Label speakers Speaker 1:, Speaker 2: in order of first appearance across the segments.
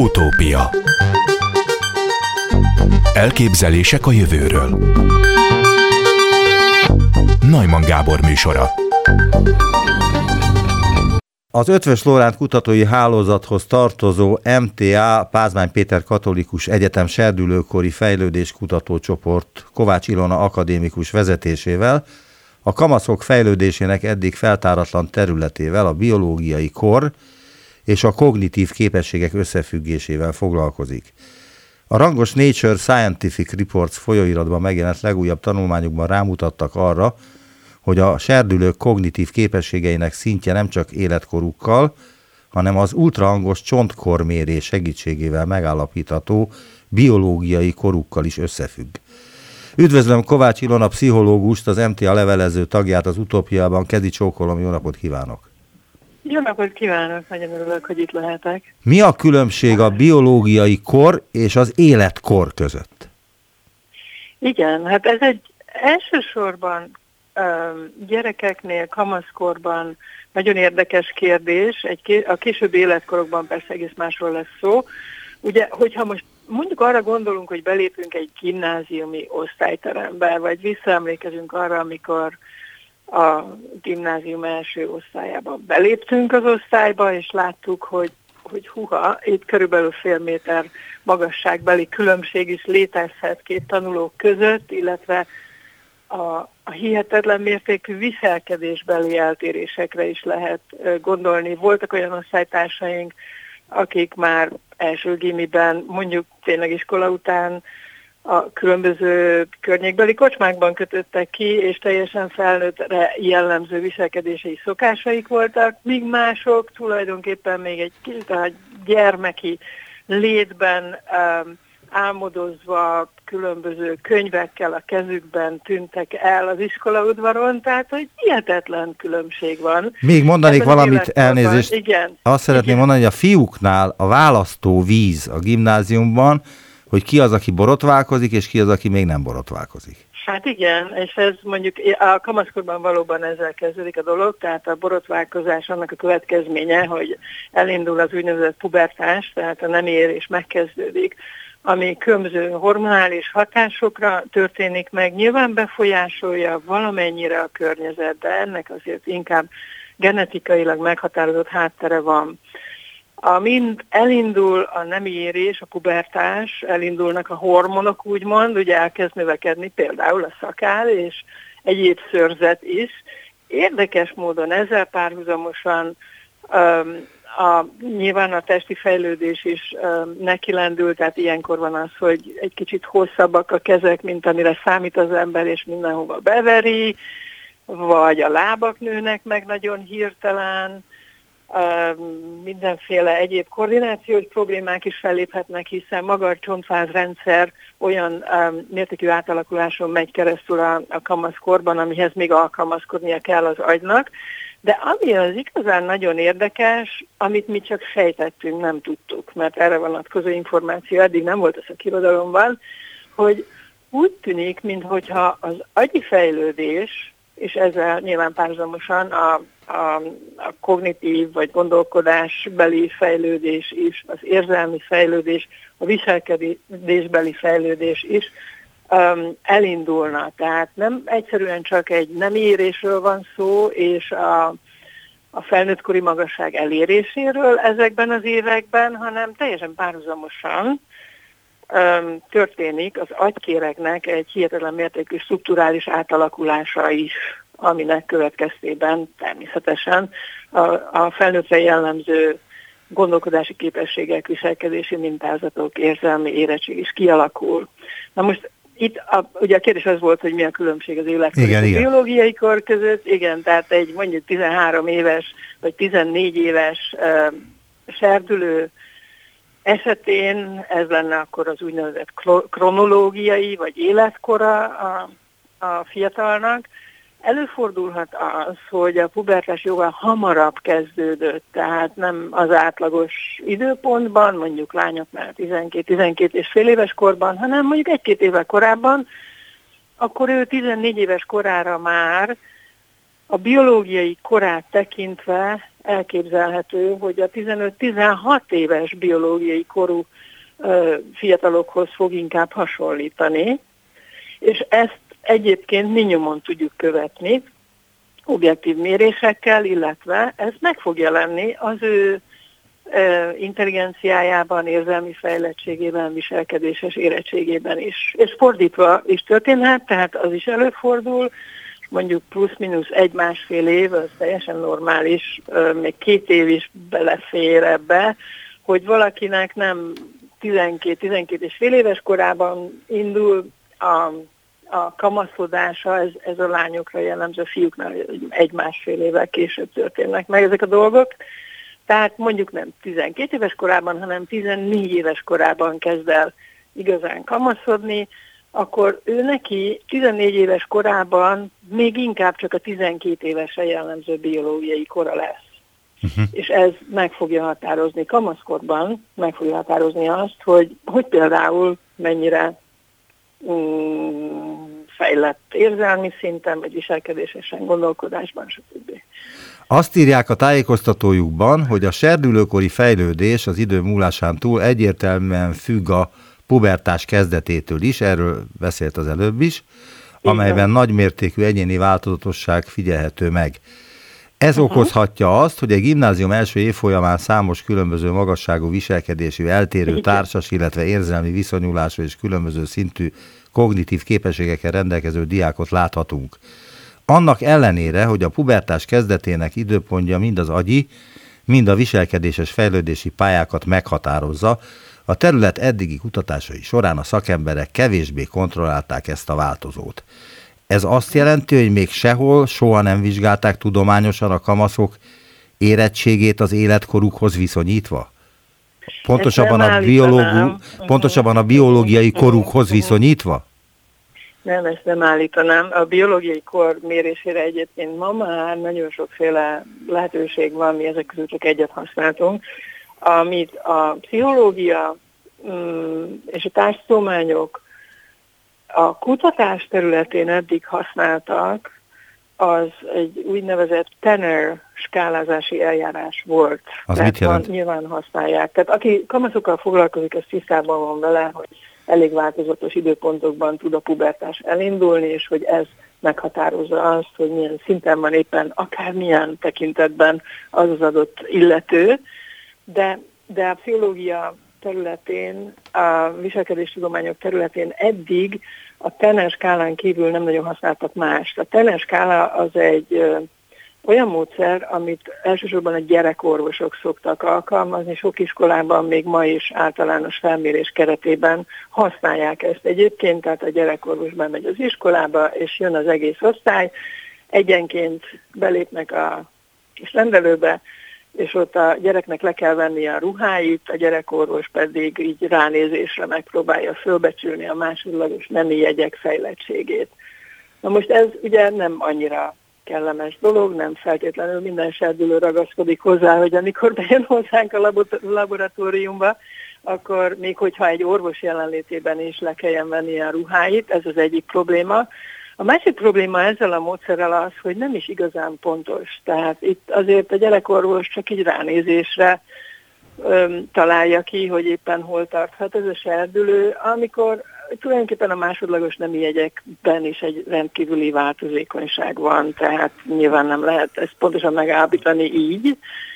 Speaker 1: Utópia. Elképzelések a jövőről. Neumann Gábor műsora.
Speaker 2: Az Eötvös Loránd Kutatói Hálózathoz tartozó MTA Pázmány Péter Katolikus Egyetem serdülőkori fejlődéskutató csoport Kovács Ilona akadémikus vezetésével a kamaszok fejlődésének eddig feltáratlan területével, a biológiai kor és a kognitív képességek összefüggésével foglalkozik. A rangos Nature Scientific Reports folyóiratban megjelent legújabb tanulmányokban rámutattak arra, hogy a serdülők kognitív képességeinek szintje nem csak életkorukkal, hanem az ultrahangos csontkormérés segítségével megállapítható biológiai korukkal is összefügg. Üdvözlöm Kovács Ilona pszichológust, az MTA levelező tagját az Utópiában. Kezi csókolom, jó napot kívánok!
Speaker 3: Jó napot kívánok, nagyon örülök, hogy itt lehetek.
Speaker 2: Mi a különbség a biológiai kor és az életkor között?
Speaker 3: Igen, hát ez egy elsősorban gyerekeknél, kamaszkorban nagyon érdekes kérdés, a későbbi életkorokban persze egész másról lesz szó. Ugye, hogyha most mondjuk arra gondolunk, hogy belépünk egy gimnáziumi osztályterembe, vagy visszaemlékezünk arra, amikor a gimnázium első osztályában beléptünk az osztályba, és láttuk, hogy huha, itt körülbelül fél méter magasságbeli különbség is létezhet két tanulók között, illetve a hihetetlen mértékű viselkedésbeli eltérésekre is lehet gondolni. Voltak olyan osztálytársaink, akik már első gimiben, mondjuk tényleg iskola után a különböző környékbeli kocsmákban kötöttek ki, és teljesen felnőttre jellemző viselkedései szokásaik voltak, míg mások tulajdonképpen még egy kicsit a gyermeki létben álmodozva különböző könyvekkel a kezükben tűntek el az iskolaudvaron, tehát hogy hihetetlen különbség van.
Speaker 2: Még mondanék valamit, elnézést.
Speaker 3: Igen.
Speaker 2: Azt szeretném mondani, hogy a fiúknál a választó víz a gimnáziumban, hogy ki az, aki borotválkozik, és ki az, aki még nem borotválkozik.
Speaker 3: Hát igen, és ez mondjuk a kamaszkorban valóban ezzel kezdődik a dolog, tehát a borotválkozás annak a következménye, hogy elindul az úgynevezett pubertás, tehát a nemi érés megkezdődik, ami különböző hormonális hatásokra történik meg, nyilván befolyásolja valamennyire a környezet, de ennek azért inkább genetikailag meghatározott háttere van. Amint elindul a nemi érés, a pubertás, elindulnak a hormonok úgymond, ugye elkezd növekedni például a szakál és egyéb szőrzet is. Érdekes módon ezzel párhuzamosan nyilván a testi fejlődés is nekilendül, tehát ilyenkor van az, hogy egy kicsit hosszabbak a kezek, mint amire számít az ember, és mindenhova beveri, vagy a lábak nőnek meg nagyon hirtelen, mindenféle egyéb koordinációs problémák is felléphetnek, hiszen maga a csontváz-rendszer olyan mértékű átalakuláson megy keresztül a kamaszkorban, amihez még alkalmazkodnia kell az agynak. De ami az igazán nagyon érdekes, amit mi csak sejtettünk, nem tudtuk, mert erre vonatkozó információ eddig nem volt a szakirodalomban, hogy úgy tűnik, minthogyha az agyi fejlődés, és ezzel nyilván párhuzamosan a kognitív vagy gondolkodásbeli fejlődés is, az érzelmi fejlődés, a viselkedésbeli fejlődés is elindulna. Tehát nem egyszerűen csak egy nemi érésről van szó, és a felnőttkori magasság eléréséről ezekben az években, hanem teljesen párhuzamosan történik az agykéregnek egy hihetetlen mértékű strukturális átalakulása is, aminek következtében természetesen a felnőttre jellemző gondolkodási képességek, viselkedési mintázatok, érzelmi érettség is kialakul. Na most itt ugye a kérdés az volt, hogy mi a különbség az életkor és a biológiai kor között. Igen, tehát egy mondjuk 13 éves vagy 14 éves serdülő esetén ez lenne akkor az úgynevezett kronológiai vagy életkora a fiatalnak. Előfordulhat az, hogy a pubertás jóval hamarabb kezdődött, tehát nem az átlagos időpontban, mondjuk lányoknál 12 és fél éves korban, hanem mondjuk 1-2 évvel korábban, akkor ő 14 éves korára már a biológiai korát tekintve elképzelhető, hogy a 15-16 éves biológiai korú fiatalokhoz fog inkább hasonlítani, és ezt egyébként mi nyomon tudjuk követni, objektív mérésekkel, illetve ez meg fog jelenni az ő intelligenciájában, érzelmi fejlettségében, viselkedéses érettségében is. És fordítva is történhet, tehát az is előfordul, mondjuk plusz-minusz 1-1,5 év, az teljesen normális, még 2 év is belefér ebbe, hogy valakinek nem 12 és fél éves korában indul a kamaszkodása, ez a lányokra jellemző, a fiúknál 1-1,5 évvel később történnek meg ezek a dolgok. Tehát mondjuk nem 12 éves korában, hanem 14 éves korában kezd el igazán kamaszodni, akkor ő neki 14 éves korában még inkább csak a 12 évesre jellemző biológiai kora lesz. És ez meg fogja határozni kamaszkorban, meg fogja határozni azt, hogy például mennyire fejlett érzelmi szinten, vagy viselkedésesen, gondolkodásban, stb.
Speaker 2: Azt írják a tájékoztatójukban, hogy a serdülőkori fejlődés az idő múlásán túl egyértelműen függ a pubertás kezdetétől is, erről beszélt az előbb is, amelyben nagymértékű egyéni változatosság figyelhető meg. Ez okozhatja azt, hogy egy gimnázium első évfolyamán számos különböző magasságú viselkedésű, eltérő társas, illetve érzelmi viszonyulású és különböző szintű kognitív képességekkel rendelkező diákot láthatunk. Annak ellenére, hogy a pubertás kezdetének időpontja mind az agyi, mind a viselkedéses fejlődési pályákat meghatározza, a terület eddigi kutatásai során a szakemberek kevésbé kontrollálták ezt a változót. Ez azt jelenti, hogy még sehol soha nem vizsgálták tudományosan a kamaszok érettségét az életkorukhoz viszonyítva? Pontosabban a biológiai korukhoz viszonyítva?
Speaker 3: Nem, ezt nem állítanám. A biológiai kor mérésére egyébként ma már nagyon sokféle lehetőség van, mi ezek közül csak egyet használtunk, amit a pszichológia és a társadalmányok a kutatás területén eddig használtak, az egy úgynevezett Tanner skálázási eljárás volt.
Speaker 2: Az mit jelent?
Speaker 3: Nyilván használják. Tehát aki kamaszokkal foglalkozik, az tisztában van vele, hogy elég változatos időpontokban tud a pubertás elindulni, és hogy ez meghatározza azt, hogy milyen szinten van éppen akármilyen tekintetben az adott illető, de a pszichológia területén, a viselkedéstudományok területén eddig a Tanner skálán kívül nem nagyon használtak mást. A Tanner skála az egy olyan módszer, amit elsősorban a gyerekorvosok szoktak alkalmazni, sok iskolában még ma is általános felmérés keretében használják ezt egyébként, tehát a gyerekorvos bemegy az iskolába, és jön az egész osztály, egyenként belépnek a kis rendelőbe, és ott a gyereknek le kell venni a ruháit, a gyerekorvos pedig így ránézésre megpróbálja fölbecsülni a másodlagos nemi jegyek fejlettségét. Na most ez ugye nem annyira kellemes dolog, nem feltétlenül minden serdülő ragaszkodik hozzá, hogy amikor bejön hozzánk a laboratóriumba, akkor még hogyha egy orvos jelenlétében is le kelljen venni a ruháit, ez az egyik probléma. A másik probléma ezzel a módszerrel az, hogy nem is igazán pontos. Tehát itt azért a gyerekorvos csak így ránézésre találja ki, hogy éppen hol tarthat ez a serdülő, amikor tulajdonképpen a másodlagos nemi jegyekben is egy rendkívüli változékonyság van, tehát nyilván nem lehet ezt pontosan megállapítani így.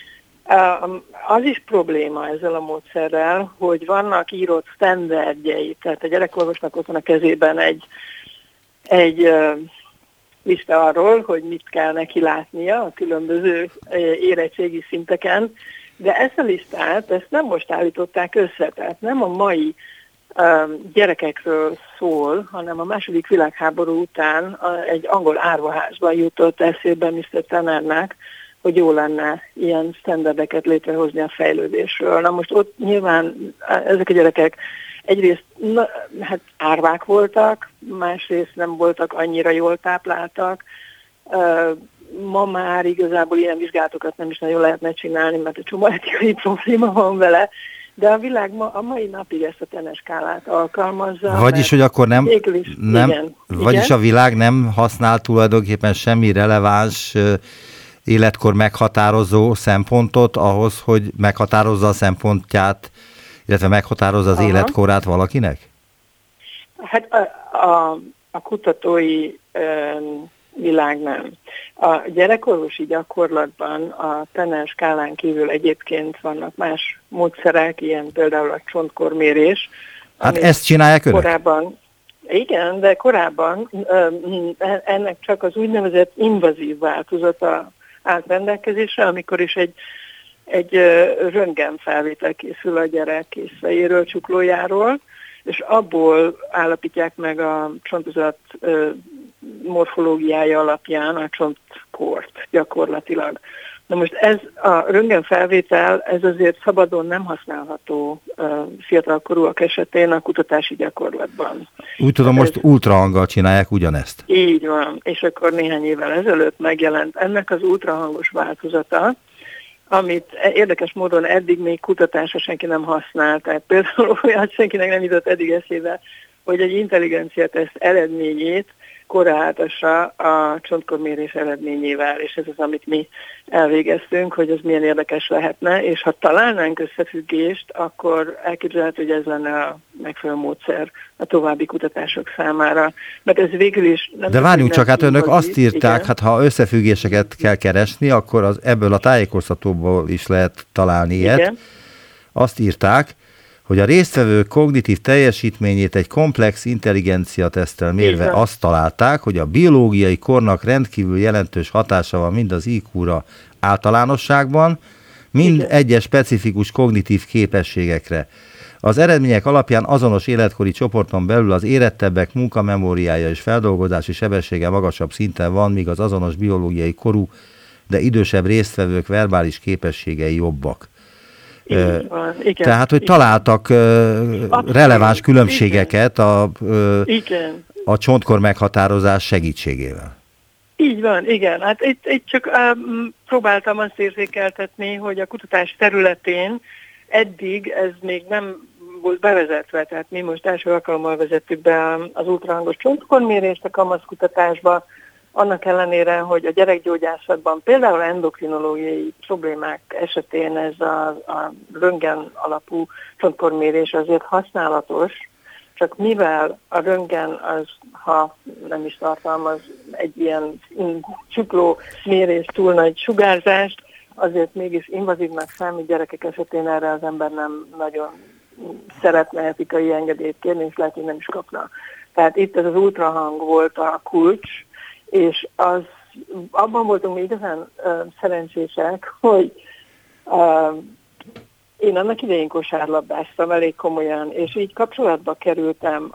Speaker 3: Az is probléma ezzel a módszerrel, hogy vannak írott sztenderdjei, tehát a gyerekorvosnak ott van a kezében egy lista arról, hogy mit kell neki látnia a különböző érettségi szinteken, de ezt a listát, ezt nem most állították össze, tehát nem a mai gyerekekről szól, hanem a második világháború után egy angol árvaházban jutott eszébe Mr. Tannernek, hogy jó lenne ilyen standardeket létrehozni a fejlődésről. Na most ott nyilván ezek a gyerekek egyrészt árvák voltak, másrészt nem voltak annyira jól tápláltak. Ma már igazából ilyen vizsgálatokat nem is nagyon lehetne csinálni, mert egy csomó etikai probléma van vele, de a világ a mai napig ezt a Tanner skálát alkalmazza.
Speaker 2: Vagyis, hogy akkor vagyis a világ nem használ tulajdonképpen semmi releváns életkor meghatározó szempontot ahhoz, hogy meghatározza a szempontját, illetve meghatározza az életkorát valakinek?
Speaker 3: Hát a kutatói világ nem. A gyerekorvosi gyakorlatban a Tanner skálán kívül egyébként vannak más módszerek, ilyen például a csontkormérés.
Speaker 2: Hát ezt csinálják önök?
Speaker 3: Korábban, igen, de korábban ennek csak az úgynevezett invazív változata állt rendelkezésre, amikor is egy röntgenfelvétel készül a gyerek készfejéről, csuklójáról, és abból állapítják meg a csontozat morfológiája alapján a csontkort gyakorlatilag. Na most ez a röntgenfelvétel, ez azért szabadon nem használható fiatalkorúak esetén a kutatási gyakorlatban.
Speaker 2: Úgy tudom, most ultrahanggal csinálják ugyanezt.
Speaker 3: Így van, és akkor néhány évvel ezelőtt megjelent ennek az ultrahangos változata, amit érdekes módon eddig még kutatásra senki nem használt. Tehát például olyan senkinek nem jutott eddig eszébe, hogy egy intelligenciateszt eredményét korrelátassa a csontkormérés eredményével, és ez az, amit mi elvégeztünk, hogy ez milyen érdekes lehetne, és ha találnánk összefüggést, akkor elképzelhető, hogy ez lenne a megfelelő módszer a további kutatások számára. Mert ez végül is...
Speaker 2: De várjunk csak, hát önök azt írták, igen? Hát ha összefüggéseket kell keresni, akkor ebből a tájékoztatóból is lehet találni ilyet. Igen. Azt írták, hogy a résztvevők kognitív teljesítményét egy komplex intelligencia-teszttel mérve azt találták, hogy a biológiai kornak rendkívül jelentős hatása van mind az IQ-ra általánosságban, mind egyes specifikus kognitív képességekre. Az eredmények alapján azonos életkori csoporton belül az érettebbek munkamemóriája és feldolgozási sebessége magasabb szinten van, míg az azonos biológiai korú, de idősebb résztvevők verbális képességei jobbak.
Speaker 3: Van, igen,
Speaker 2: tehát, hogy találtak releváns különbségeket a csontkor meghatározás segítségével.
Speaker 3: Így van, igen. Hát itt csak próbáltam azt érzékeltetni, hogy a kutatás területén eddig ez még nem volt bevezetve, tehát mi most első alkalommal vezettük be az ultrahangos csontkormérést a kamaszkutatásba, annak ellenére, hogy a gyerekgyógyászatban például endokrinológiai problémák esetén ez a röntgen alapú csontkormérés azért használatos, csak mivel a röntgen az, ha nem is tartalmaz egy ilyen csukló mérés túl nagy sugárzást, azért mégis invazívnak számít, gyerekek esetén erre az ember nem nagyon szeretne etikai engedélyt kérni, és lehet, hogy nem is kapna. Tehát itt ez az ultrahang volt a kulcs, és abban voltunk mi igazán szerencsések, hogy én annak idején kosárlabdáztam elég komolyan, és így kapcsolatba kerültem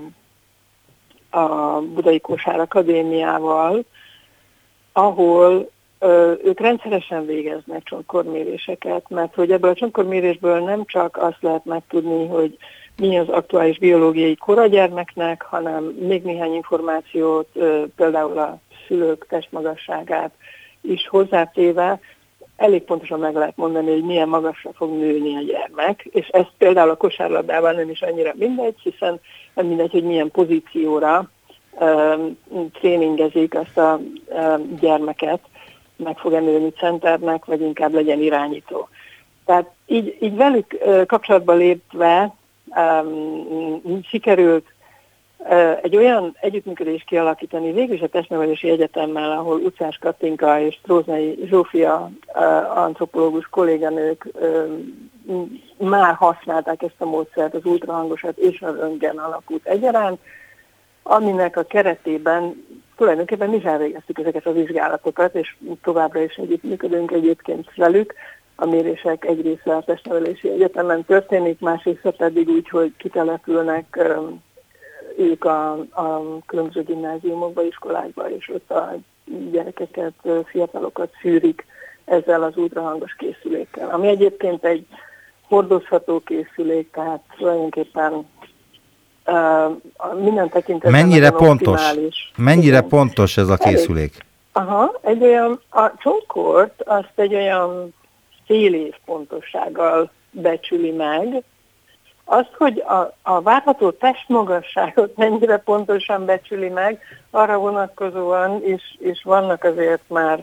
Speaker 3: a Budai Kosárakadémiával, ahol ők rendszeresen végeznek csontkorméréseket, mert hogy ebből a csontkormérésből nem csak azt lehet megtudni, hogy mi az aktuális biológiai kor a gyermeknek, hanem még néhány információt, például a szülők testmagasságát is hozzátéve, elég pontosan meg lehet mondani, hogy milyen magasra fog nőni a gyermek, és ez például a kosárlabdában nem is annyira mindegy, hiszen nem mindegy, hogy milyen pozícióra tréningezik azt a gyermeket, meg fog nőni centernek, vagy inkább legyen irányító. Tehát így velük kapcsolatba lépve sikerült egy olyan együttműködést kialakítani végül is a Testnevelési Egyetemmel, ahol Utcás Katinka és Tróznai Zsófia antropológus kolléganők már használták ezt a módszert, az ultrahangosat és a röntgen alapút egyaránt, aminek a keretében tulajdonképpen mi is elvégeztük ezeket a vizsgálatokat, és továbbra is együttműködünk egyébként velük. A mérések egy része a Testnevelési Egyetemen történik, másrészt pedig úgy, hogy kitelepülnek ők a különböző gimnáziumokba, iskolákba, és ott a gyerekeket, fiatalokat szűrik ezzel az ultrahangos készülékkel. Ami egyébként egy hordozható készülék, tehát tulajdonképpen minden tekintetben
Speaker 2: mennyire pontos? Mennyire pontos ez a készülék?
Speaker 3: A csontkort azt egy olyan fél év pontossággal becsüli meg. Azt, hogy a várható testmagasságot mennyire pontosan becsüli meg, arra vonatkozóan is vannak azért már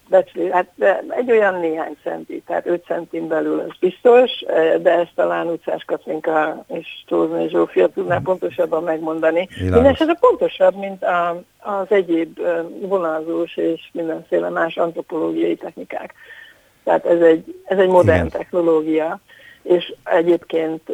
Speaker 3: becslés, hát egy olyan néhány centi, tehát 5 centin belül az biztos, de ezt talán Utcás Katrinka és Tózsai Zsófia tudná pontosabban megmondani. Mindenesetre pontosabb, mint az egyéb vonalzós és mindenféle más antropológiai technikák. Tehát ez egy modern technológia, és egyébként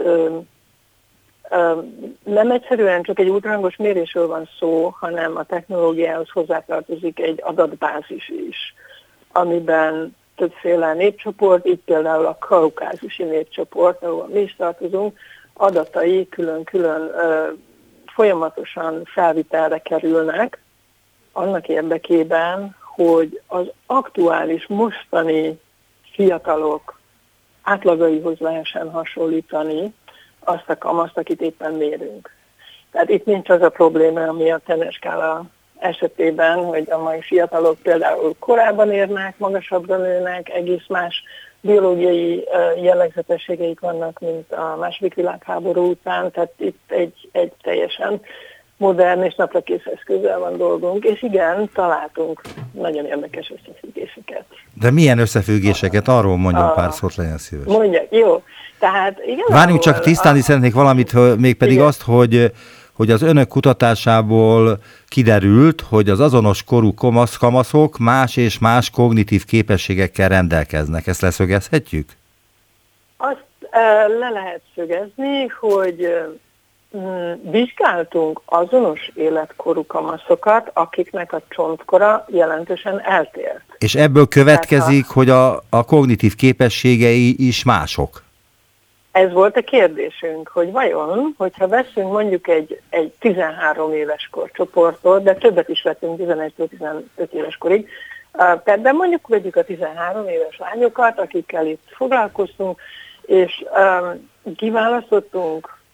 Speaker 3: nem egyszerűen csak egy ultrahangos mérésről van szó, hanem a technológiához hozzátartozik egy adatbázis is, amiben többféle népcsoport, így például a kaukázusi népcsoport, ahol mi is tartozunk, adatai külön-külön folyamatosan felvitelre kerülnek, annak érdekében, hogy az aktuális, mostani fiatalok átlagaihoz lehessen hasonlítani azt a kamaszt, akit éppen mérünk. Tehát itt nincs az a probléma, ami a Tenner-skála esetében, hogy a mai fiatalok például korábban érnek, magasabbra nőnek, egész más biológiai jellegzetességeik vannak, mint a II. Világháború után, tehát itt egy teljesen modern és naprakész eszközzel van dolgunk, és igen, találtunk nagyon érdekes összefüggéseket.
Speaker 2: De milyen összefüggéseket? Arról mondjon pár szót, legyen szíves.
Speaker 3: Mondjak, jó. Tehát igen.
Speaker 2: Várjunk, csak tisztázni szeretnék valamit, mégpedig igen. Azt, hogy az önök kutatásából kiderült, hogy az azonos korú kamaszok más és más kognitív képességekkel rendelkeznek. Ezt leszögezhetjük?
Speaker 3: Azt le lehet szögezni, hogy vizsgáltunk azonos életkorú kamaszokat, akiknek a csontkora jelentősen eltért.
Speaker 2: És ebből következik, hogy a kognitív képességei is mások?
Speaker 3: Ez volt a kérdésünk, hogy vajon, hogyha veszünk mondjuk egy 13 éves korcsoportot, de többet is vettünk 11-15 éves korig, de mondjuk vegyük a 13 éves lányokat, akikkel itt foglalkoztunk, és kiválasztottunk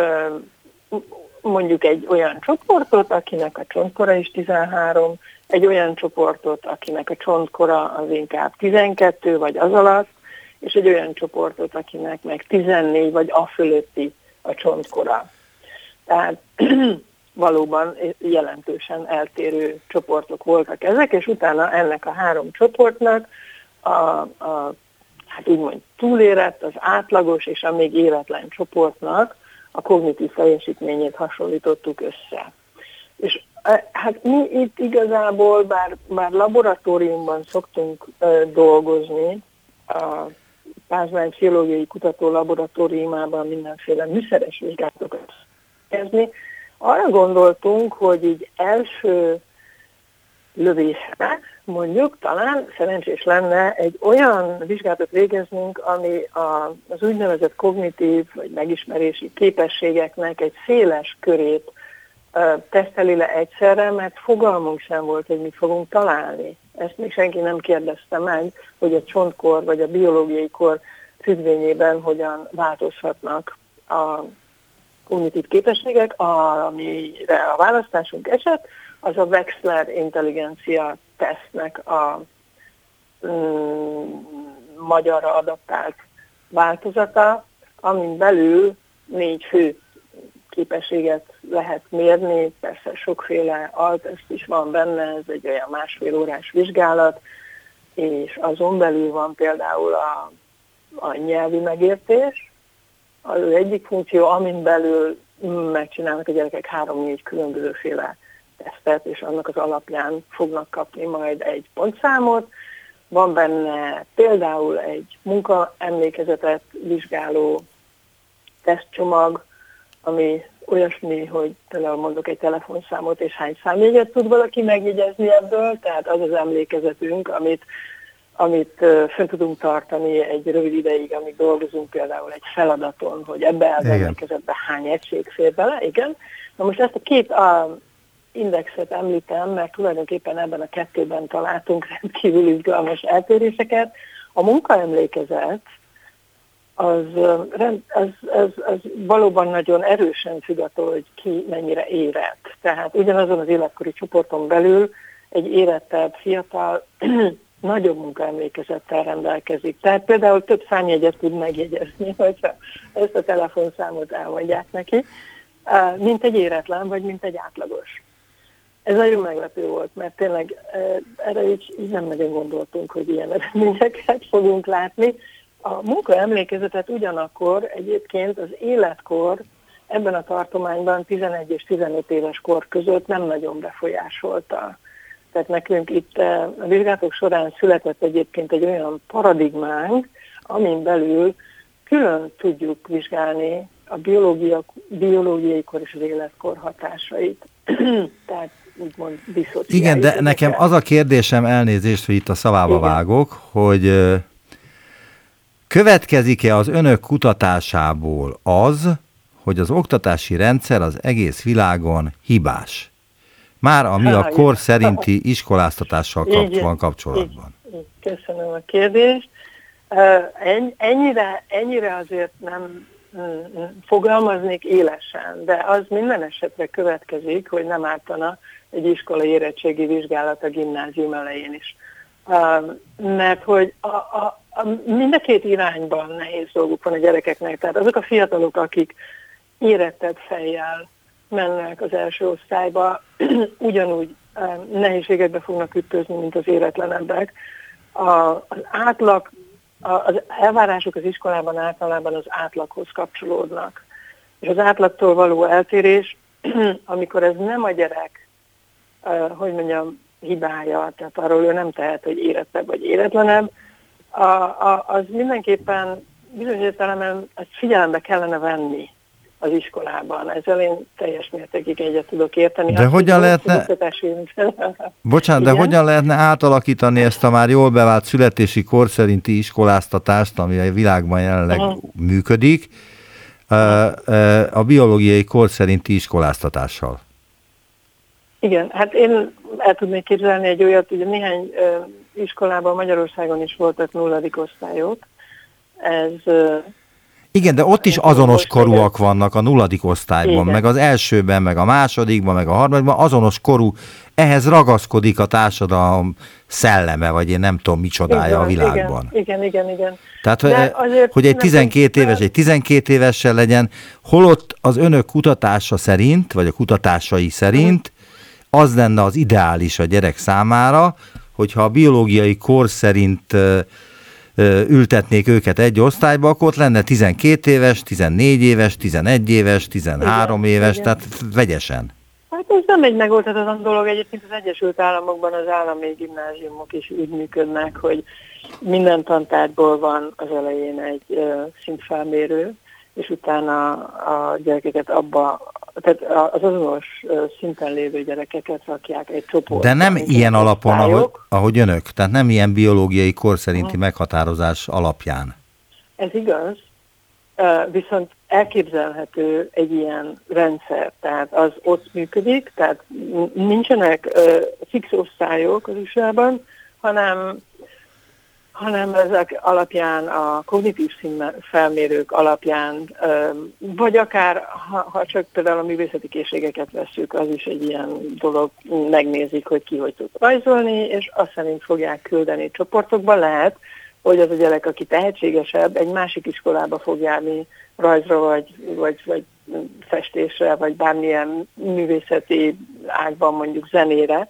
Speaker 3: mondjuk egy olyan csoportot, akinek a csontkora is 13, egy olyan csoportot, akinek a csontkora az inkább 12 vagy az alatt, és egy olyan csoportot, akinek meg 14 vagy a fölötti a csontkora. Tehát valóban jelentősen eltérő csoportok voltak ezek, és utána ennek a 3 csoportnak hát úgymond túlérett, az átlagos és a még életlen csoportnak a kognitív teljesítményét hasonlítottuk össze. És hát mi itt igazából, bár laboratóriumban szoktunk dolgozni, a Pázmány Pszichológiai Kutató Laboratóriumában mindenféle műszeres vizsgálatokat kezdeni, arra gondoltunk, hogy így első lövésre mondjuk talán szerencsés lenne egy olyan vizsgálatot végeznünk, ami az úgynevezett kognitív vagy megismerési képességeknek egy széles körét teszteli le egyszerre, mert fogalmunk sem volt, hogy mit fogunk találni. Ezt még senki nem kérdezte meg, hogy a csontkor vagy a biológiai kor függvényében hogyan változhatnak a kognitív képességek, amire a választásunk esett, az a Wechsler intelligencia tesztnek a magyarra adaptált változata, amin belül 4 fő képességet lehet mérni, persze sokféle alteszt is van benne, ez egy olyan 1,5 órás vizsgálat, és azon belül van például a nyelvi megértés, az egyik funkció, amin belül megcsinálnak a gyerekek 3-4 különbözőféle tesztet, és annak az alapján fognak kapni majd egy pontszámot. Van benne például egy munkaemlékezetet vizsgáló tesztcsomag, ami olyasmi, hogy például mondok egy telefonszámot, és hány számjegyet tud valaki megjegyezni ebből, tehát az az emlékezetünk, amit fönn tudunk tartani egy rövid ideig, amíg dolgozunk például egy feladaton, hogy ebbe az emlékezetbe hány egység fér bele, igen. Na most ezt a 2 indexet említem, mert tulajdonképpen ebben a 2-ben találtunk rendkívül izgalmas eltéréseket. A munkaemlékezet az valóban nagyon erősen függ attól, hogy ki mennyire érett. Tehát ugyanazon az életkori csoporton belül egy érettebb fiatal nagyobb munkaemlékezettel rendelkezik. Tehát például több számjegyet tud megjegyezni, hogyha ezt a telefonszámot elmondják neki, mint egy éretlen, vagy mint egy átlagos. Ez nagyon meglepő volt, mert tényleg erre így nem nagyon gondoltunk, hogy ilyen eredményeket fogunk látni. A munkaemlékezetet ugyanakkor egyébként az életkor ebben a tartományban 11 és 15 éves kor között nem nagyon befolyásolta. Tehát nekünk itt a vizsgálatok során született egyébként egy olyan paradigmánk, amin belül külön tudjuk vizsgálni a biológiai kor és az életkor hatásait. Tehát úgymond diszociáljuk.
Speaker 2: Igen, de nekem az a kérdésem, elnézést, hogy itt a szavába vágok, hogy következik-e az önök kutatásából az, hogy az oktatási rendszer az egész világon hibás? Már ami a kor szerinti iskoláztatással van kapcsolatban.
Speaker 3: Köszönöm a kérdést. Ennyire azért nem fogalmaznék élesen, de az minden esetre következik, hogy nem ártana egy iskolai érettségi vizsgálat a gimnázium elején is. Mert hogy mind a két irányban nehéz dolguk van a gyerekeknek. Tehát azok a fiatalok, akik érettebb fejjel mennek az első osztályba, ugyanúgy nehézségekbe fognak ütközni, mint az éretlenebbek. Az elvárások az iskolában általában az átlaghoz kapcsolódnak. És az átlagtól való eltérés, amikor ez nem a gyerek, hibája, tehát arról ő nem tehet, hogy érettebb vagy éretlenebb, az mindenképpen bizonyos értelemben ezt figyelembe kellene venni az iskolában. Ezzel én teljes mértékig egyet tudok érteni.
Speaker 2: De hogyan lehetne... Bocsánat, de hogyan lehetne átalakítani ezt a már jól bevált születési kor szerinti iskoláztatást, ami a világban jelenleg működik, a biológiai kor szerinti iskoláztatással? Igen,
Speaker 3: hát én el tudnék képzelni egy olyat, ugye néhány iskolában Magyarországon is voltak 0. osztályok.
Speaker 2: Igen, de ott is azonos korúak vannak a 0. osztályban, igen, meg az elsőben, meg a másodikban, meg a harmadikban, azonos korú, ehhez ragaszkodik a társadalom szelleme, vagy én nem tudom micsodája, igen, a világban.
Speaker 3: Igen.
Speaker 2: Tehát, hogy egy 12 éves, egy 12 évessel legyen, holott az önök kutatása szerint, vagy a kutatásai szerint az lenne az ideális a gyerek számára, hogyha a biológiai kor szerint ültetnék őket egy osztályba, akkor ott lenne 12 éves, 14 éves, 11 éves, 13 éves, igen, tehát vegyesen.
Speaker 3: Hát ez nem egy megoldhatatlan dolog, egyébként az Egyesült Államokban az állami gimnáziumok is úgy működnek, hogy minden tantárgyból van az elején egy szintfelmérő, és utána a gyerekeket tehát az azonos szinten lévő gyerekeket rakják egy csoportba.
Speaker 2: De nem ilyen alapon, ahogy önök, tehát nem ilyen biológiai kor szerinti meghatározás alapján.
Speaker 3: Ez igaz, viszont elképzelhető egy ilyen rendszer, tehát az ott működik, tehát nincsenek fix osztályok az USA-ban, hanem ezek alapján, a kognitív felmérők alapján, vagy akár, ha csak például a művészeti készségeket vesszük, az is egy ilyen dolog, megnézik, hogy ki hogy tud rajzolni, és azt szerint fogják küldeni csoportokba. Lehet, hogy az a gyerek, aki tehetségesebb, egy másik iskolába fog járni rajzra, vagy festésre, vagy bármilyen művészeti ágban, mondjuk zenére,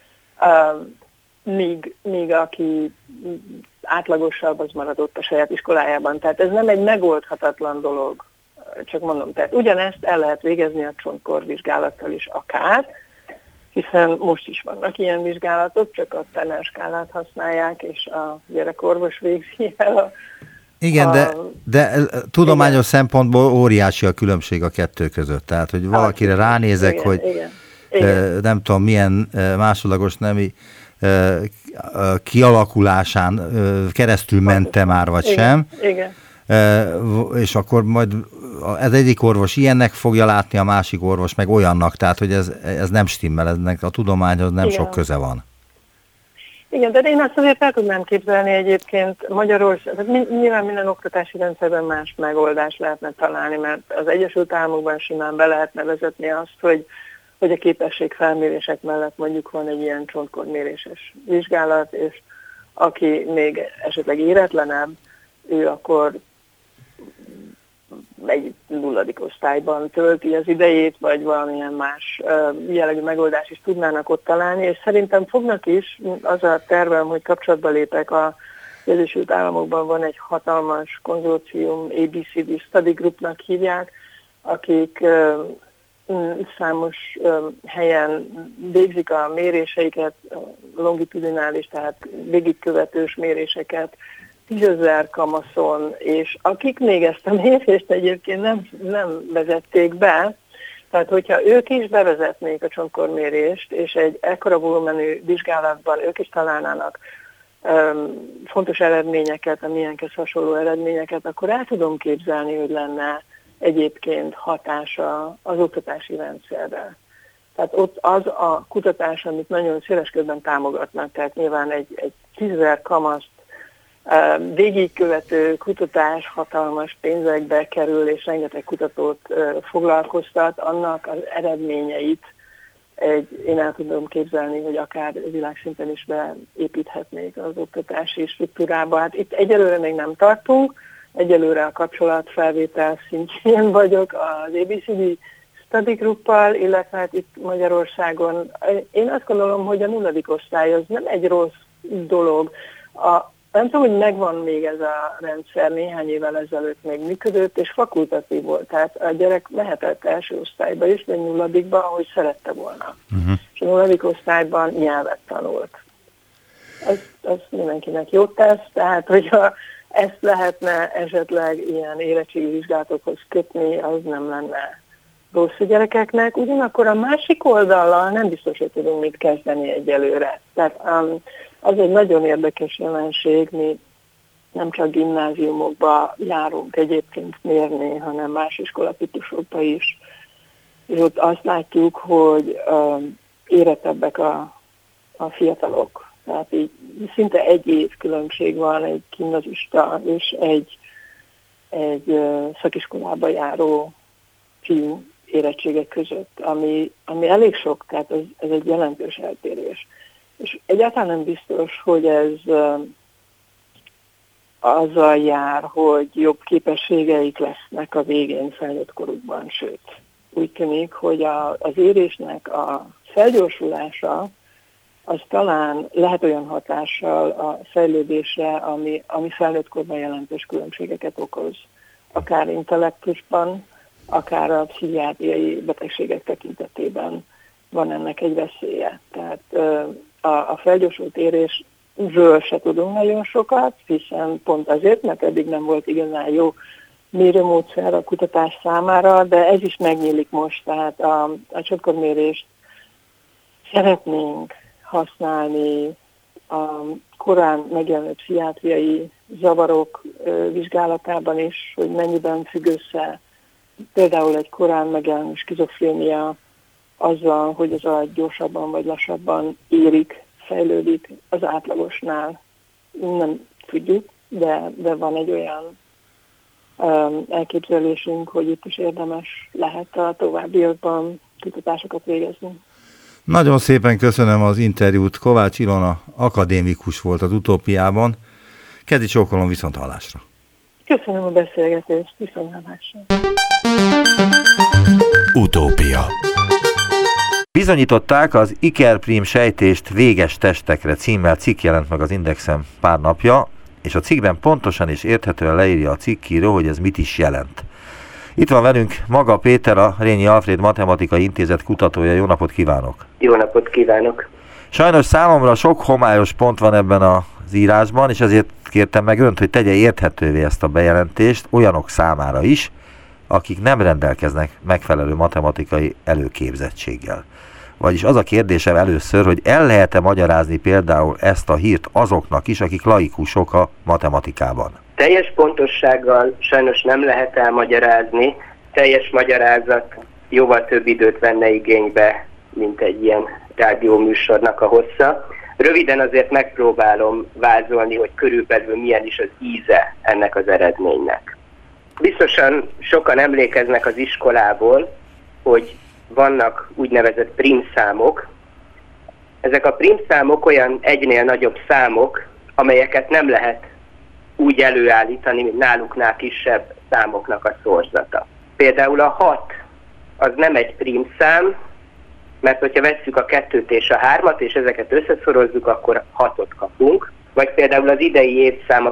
Speaker 3: míg aki átlagosabb, az maradott a saját iskolájában. Tehát ez nem egy megoldhatatlan dolog, csak mondom. Tehát ugyanezt el lehet végezni a csontkorvizsgálattal is akár, hiszen most is vannak ilyen vizsgálatok, csak a Turner skálát használják, és a gyerekorvos végzi el
Speaker 2: Igen, de tudományos szempontból óriási a különbség a kettő között. Tehát, hogy valakire ránézek, igen, hogy igen. Nem tudom, milyen másodlagos nemi kialakulásán keresztül mente már, vagy igen, sem.
Speaker 3: Igen.
Speaker 2: És akkor majd ez egyik orvos ilyennek fogja látni, a másik orvos meg olyannak, tehát hogy ez nem stimmel, ennek a tudományhoz nem igen, sok köze van.
Speaker 3: Igen, de én azt azért el tudnám képzelni egyébként Magyarországon, nyilván minden oktatási rendszerben más megoldást lehetne találni, mert az Egyesült Államokban simán be lehetne vezetni azt, hogy a képességfelmérések mellett mondjuk van egy ilyen csontkorméréses vizsgálat, és aki még esetleg éretlenebb, ő akkor egy 0. osztályban tölti az idejét, vagy valamilyen más jellegű megoldást is tudnának ott találni, és szerintem fognak is. Az a tervem, hogy kapcsolatba lépek az Egyesült Államokban van egy hatalmas konzorcium, ABCD Study Groupnak hívják, akik számos helyen végzik a méréseiket, longitudinális, tehát végigkövetős méréseket, 10.000 kamaszon, és akik még ezt a mérést egyébként nem vezették be, tehát hogyha ők is bevezetnék a csontkormérést, és egy ekkora volumenű vizsgálatban ők is találnának fontos eredményeket, a milyenkhez hasonló eredményeket, akkor el tudom képzelni, hogy lenne egyébként hatása az oktatási rendszerre. Tehát ott az a kutatás, amit nagyon széles körben támogatnak, tehát nyilván egy 10.000 kamaszt végigkövető kutatás hatalmas pénzekbe kerül, és rengeteg kutatót foglalkoztat, annak az eredményeit én el tudom képzelni, hogy akár világszinten is beépíthetnék az oktatási struktúrába. Hát itt egyelőre még nem tartunk, egyelőre a kapcsolatfelvétel szintjén vagyok az ABCD Study Grouppal, illetve hát itt Magyarországon. Én azt gondolom, hogy a 0. osztály az nem egy rossz dolog. Nem tudom, hogy megvan még ez a rendszer, néhány évvel ezelőtt még működött, és fakultatív volt. Tehát a gyerek mehetett első osztályba is, vagy 0-ba, ahogy szerette volna. És a 0. osztályban nyelvet tanult. Az mindenkinek jót tesz, tehát hogyha ezt lehetne esetleg ilyen érettségi vizsgálatokhoz kötni, az nem lenne rossz a gyerekeknek. Ugyanakkor a másik oldallal nem biztos, hogy tudunk mit kezdeni egyelőre. Tehát az egy nagyon érdekes jelenség, mi nem csak gimnáziumokba járunk egyébként mérni, hanem más iskolatípusokba is. És ott azt látjuk, hogy érettebbek a fiatalok. Tehát így szinte egy év különbség van egy gimnazista és egy szakiskolába járó fiú érettségek között, ami elég sok, tehát ez egy jelentős eltérés. És egyáltalán nem biztos, hogy ez azzal jár, hogy jobb képességeik lesznek a végén felnőtt korukban, sőt. Úgy tűnik, hogy az érésnek a felgyorsulása az talán lehet olyan hatással a fejlődésre, ami felnőtt korban jelentős különbségeket okoz. Akár intellektusban, akár a pszichiátriai betegségek tekintetében van ennek egy veszélye. Tehát a felgyorsult érésről se tudunk nagyon sokat, hiszen pont azért, mert eddig nem volt igazán jó mérőmódszer a kutatás számára, de ez is megnyílik most, tehát a csontkormérést szeretnénk használni a korán megjelenő pszichiátriai zavarok vizsgálatában is, hogy mennyiben függ össze például egy korán megjelenő skizofrénia azzal, hogy az agy gyorsabban vagy lassabban érik, fejlődik az átlagosnál. Nem tudjuk, de van egy olyan elképzelésünk, hogy itt is érdemes lehet a továbbiakban kutatásokat végezni.
Speaker 2: Nagyon szépen köszönöm az interjút. Kovács Ilona akadémikus volt az Utópiában. Kezi csókolom, viszont hallásra.
Speaker 3: Köszönöm a beszélgetést, viszont hallásra.
Speaker 1: Utópia.
Speaker 2: Bizonyították, az Ikerprim sejtést véges testekre címmel cikk jelent meg az Indexen pár napja, és a cikkben pontosan és érthetően leírja a cikkíró, hogy ez mit is jelent. Itt van velünk Maga Péter, a Rényi Alfréd Matematikai Intézet kutatója. Jó napot kívánok!
Speaker 4: Jó napot kívánok!
Speaker 2: Sajnos számomra sok homályos pont van ebben az írásban, és ezért kértem meg önt, hogy tegye érthetővé ezt a bejelentést olyanok számára is, akik nem rendelkeznek megfelelő matematikai előképzettséggel. Vagyis az a kérdésem először, hogy el lehet-e magyarázni például ezt a hírt azoknak is, akik laikusok a matematikában?
Speaker 4: Teljes pontossággal sajnos nem lehet elmagyarázni. Teljes magyarázat jóval több időt venne igénybe, mint egy ilyen rádióműsornak a hossza. Röviden azért megpróbálom vázolni, hogy körülbelül milyen is az íze ennek az eredménynek. Biztosan sokan emlékeznek az iskolából, hogy vannak úgynevezett prímszámok. Ezek a prímszámok olyan egynél nagyobb számok, amelyeket nem lehet úgy előállítani, mint náluknál kisebb számoknak a szorzata. Például a 6 az nem egy prímszám, mert hogyha vesszük a 2-t és a 3-at, és ezeket összeszorozzuk, akkor 6-ot kapunk. Vagy például az idei évszám, a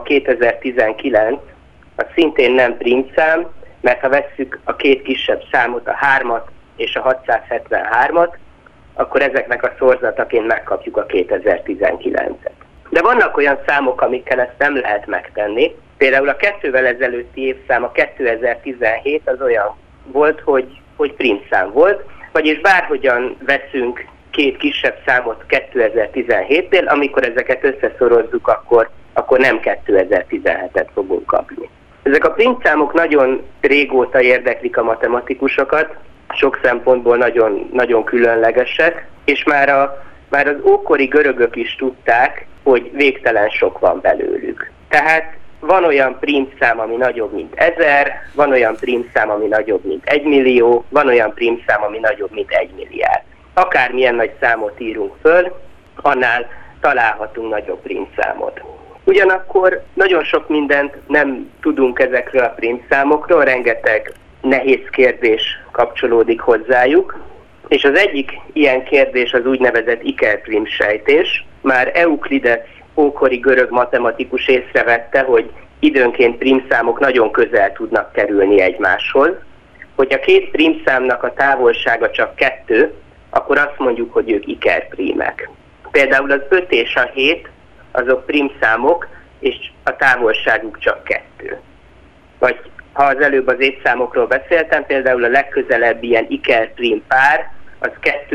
Speaker 4: 2019, az szintén nem prímszám, mert ha vesszük a két kisebb számot, a 3-at és a 673-at, akkor ezeknek a szorzataként megkapjuk a 2019-et. De vannak olyan számok, amikkel ezt nem lehet megtenni. Például a 2-vel ezelőtti évszám, a 2017 az olyan volt, hogy prímszám volt, vagyis bárhogyan veszünk két kisebb számot 2017-nél, amikor ezeket összeszorozzuk, akkor nem 2017-et fogunk kapni. Ezek a prímszámok nagyon régóta érdeklik a matematikusokat, sok szempontból nagyon, nagyon különlegesek, és már az ókori görögök is tudták, hogy végtelen sok van belőlük. Tehát van olyan prímszám, ami nagyobb, mint 1000, van olyan prímszám, ami nagyobb, mint 1 millió, van olyan prímszám, ami nagyobb, mint 1 milliárd. Akármilyen nagy számot írunk föl, annál találhatunk nagyobb prímszámot. Ugyanakkor nagyon sok mindent nem tudunk ezekről a prímszámokról, rengeteg nehéz kérdés kapcsolódik hozzájuk, és az egyik ilyen kérdés az úgynevezett ikerprím sejtés. Már Euklides ókori görög matematikus észrevette, hogy időnként prímszámok nagyon közel tudnak kerülni egymáshoz. Hogyha két prímszámnak a távolsága csak 2, akkor azt mondjuk, hogy ők ikerprímek. Például az 5 és a 7 azok prímszámok, és a távolságuk csak 2. Vagy ha az előbb az évszámokról beszéltem, például a legközelebb ilyen ikerprím pár, az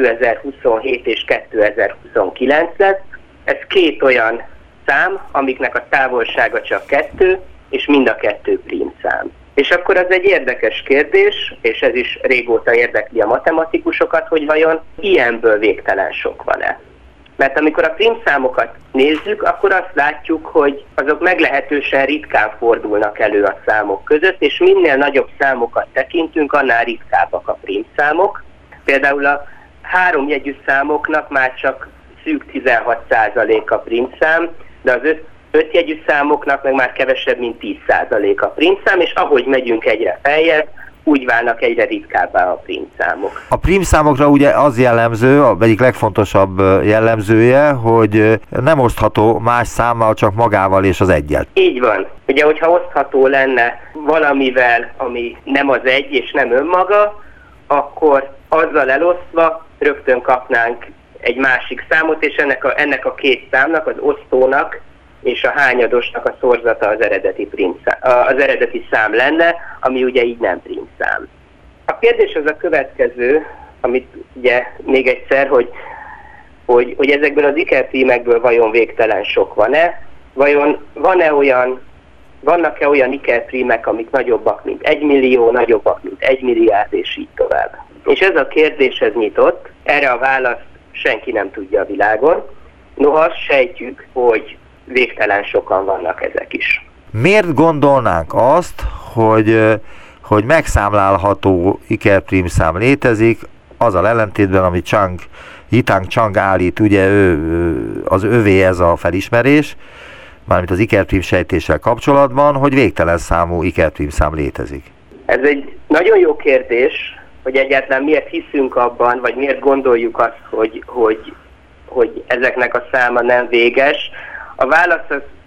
Speaker 4: 2027 és 2029 lesz. Ez két olyan szám, amiknek a távolsága csak 2, és mind a 2 prímszám. És akkor az egy érdekes kérdés, és ez is régóta érdekli a matematikusokat, hogy vajon ilyenből végtelen sok van-e. Mert amikor a prímszámokat nézzük, akkor azt látjuk, hogy azok meglehetősen ritkán fordulnak elő a számok között, és minél nagyobb számokat tekintünk, annál ritkábbak a prímszámok. Például a 3 jegyű számoknak már csak szűk 16% a prímszám, de az 5 jegyű számoknak meg már kevesebb, mint 10% a prímszám, és ahogy megyünk egyre feljebb, úgy válnak egyre ritkábbá a prímszámok.
Speaker 2: A prímszámokra ugye az jellemző, a egyik legfontosabb jellemzője, hogy nem osztható más számmal, csak magával és az egyel.
Speaker 4: Így van. Ugye, hogyha osztható lenne valamivel, ami nem az egy és nem önmaga, akkor azzal elosztva rögtön kapnánk egy másik számot, és ennek a két számnak, az osztónak és a hányadosnak a szorzata az eredeti szám lenne, ami ugye így nem prímszám. A kérdés az a következő, amit ugye még egyszer, hogy ezekből az ikerprímekből vajon végtelen sok van-e? Vajon vannak-e olyan ikerprímek, amik nagyobbak, mint 1 millió, nagyobbak, mint 1 milliárd, és így tovább. És ez a kérdés ez nyitott, erre a választ senki nem tudja a világon. Noha azt sejtjük, hogy végtelen sokan vannak ezek is.
Speaker 2: Miért gondolnánk azt, hogy megszámlálható ikerprímszám létezik, azzal ellentétben, amit Yitang Chang állít, ugye az övé ez a felismerés, mármint az ikerprím sejtéssel kapcsolatban, hogy végtelen számú ikerprímszám létezik? Ez egy nagyon jó kérdés, hogy egyáltalán miért hiszünk abban, vagy miért gondoljuk azt, hogy ezeknek a száma nem véges. A válasz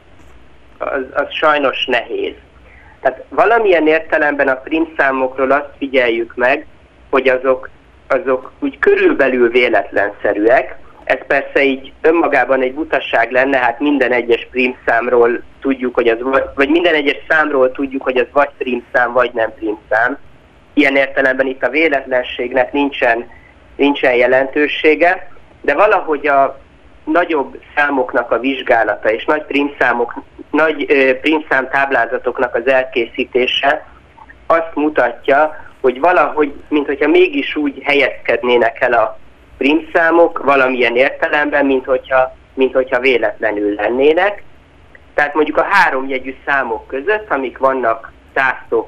Speaker 2: az sajnos nehéz. Tehát valamilyen értelemben a prímszámokról azt figyeljük meg, hogy azok úgy körülbelül véletlenszerűek. Ez persze így önmagában egy butaság lenne, hát minden egyes prímszámról tudjuk, hogy az vagy minden egyes számról tudjuk, hogy az vagy prímszám, vagy nem prímszám. Ilyen értelemben itt a véletlenségnek nincsen jelentősége, de valahogy a nagyobb számoknak a vizsgálata és nagy prímszám táblázatoknak az elkészítése azt mutatja, hogy valahogy, minthogyha mégis úgy helyezkednének el a prímszámok valamilyen értelemben, minthogyha véletlenül lennének. Tehát mondjuk a 3 jegyű számok között, amik vannak 100-tól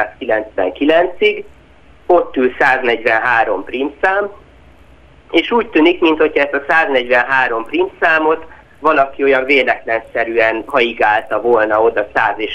Speaker 2: 999-ig, ott ül 143 prímszám, és úgy tűnik, minthogyha ezt a 143 prímszámot
Speaker 4: valaki olyan véletlenszerűen haigálta volna oda 100 és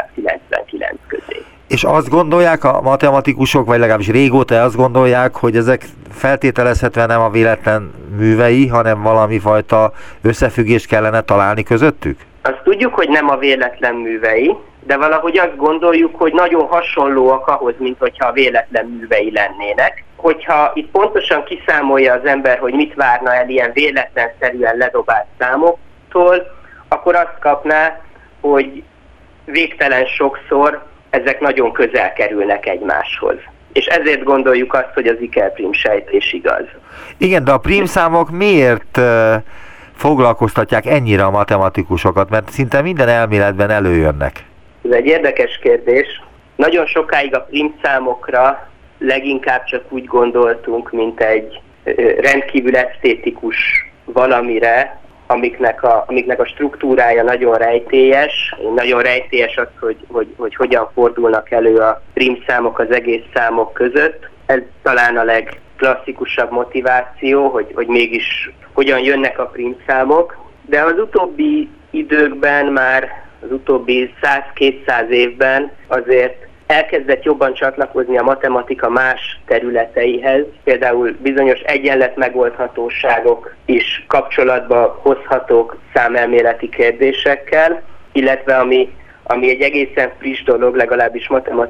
Speaker 4: 999 közé.
Speaker 2: És azt gondolják a matematikusok, vagy legalábbis régóta azt gondolják, hogy ezek feltételezhetően nem a véletlen művei, hanem valami fajta összefüggést kellene találni közöttük?
Speaker 4: Azt tudjuk, hogy nem a véletlen művei, de valahogy azt gondoljuk, hogy nagyon hasonlóak ahhoz, mint hogyha a véletlen művei lennének. Hogyha itt pontosan kiszámolja az ember, hogy mit várna el ilyen véletlenszerűen ledobált számoktól, akkor azt kapná, hogy végtelen sokszor ezek nagyon közel kerülnek egymáshoz. És ezért gondoljuk azt, hogy az Ickel-Prim sejtés igaz.
Speaker 2: Igen, de a prímszámok miért foglalkoztatják ennyire a matematikusokat? Mert szinte minden elméletben előjönnek.
Speaker 4: Ez egy érdekes kérdés. Nagyon sokáig a prímszámokra leginkább csak úgy gondoltunk, mint egy rendkívül esztétikus valamire, amiknek a struktúrája nagyon rejtélyes. Nagyon rejtélyes az, hogy hogyan fordulnak elő a prímszámok az egész számok között. Ez talán a legklasszikusabb motiváció, hogy mégis hogyan jönnek a prímszámok. De az utóbbi időkben, már az utóbbi 100-200 évben azért elkezdett jobban csatlakozni a matematika más területeihez, például bizonyos egyenlet megoldhatóságok is kapcsolatba hozhatók számelméleti kérdésekkel, illetve ami egy egészen friss dolog, legalábbis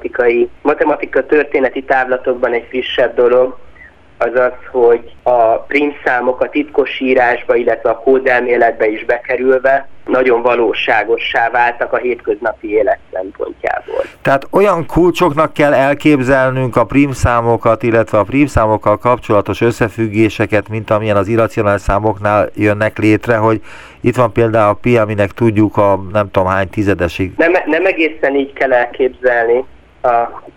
Speaker 4: matematika történeti távlatokban egy frissebb dolog, az az, hogy a prímszámok a titkosírásba, illetve a kódelméletbe is bekerülve nagyon valóságossá váltak a hétköznapi élet szempontjából.
Speaker 2: Tehát olyan kulcsoknak kell elképzelnünk a prímszámokat, illetve a prímszámokkal kapcsolatos összefüggéseket, mint amilyen az irracionális számoknál jönnek létre, hogy itt van például a pi, aminek tudjuk a nem tudom hány tizedesig.
Speaker 4: Nem egészen így kell elképzelni a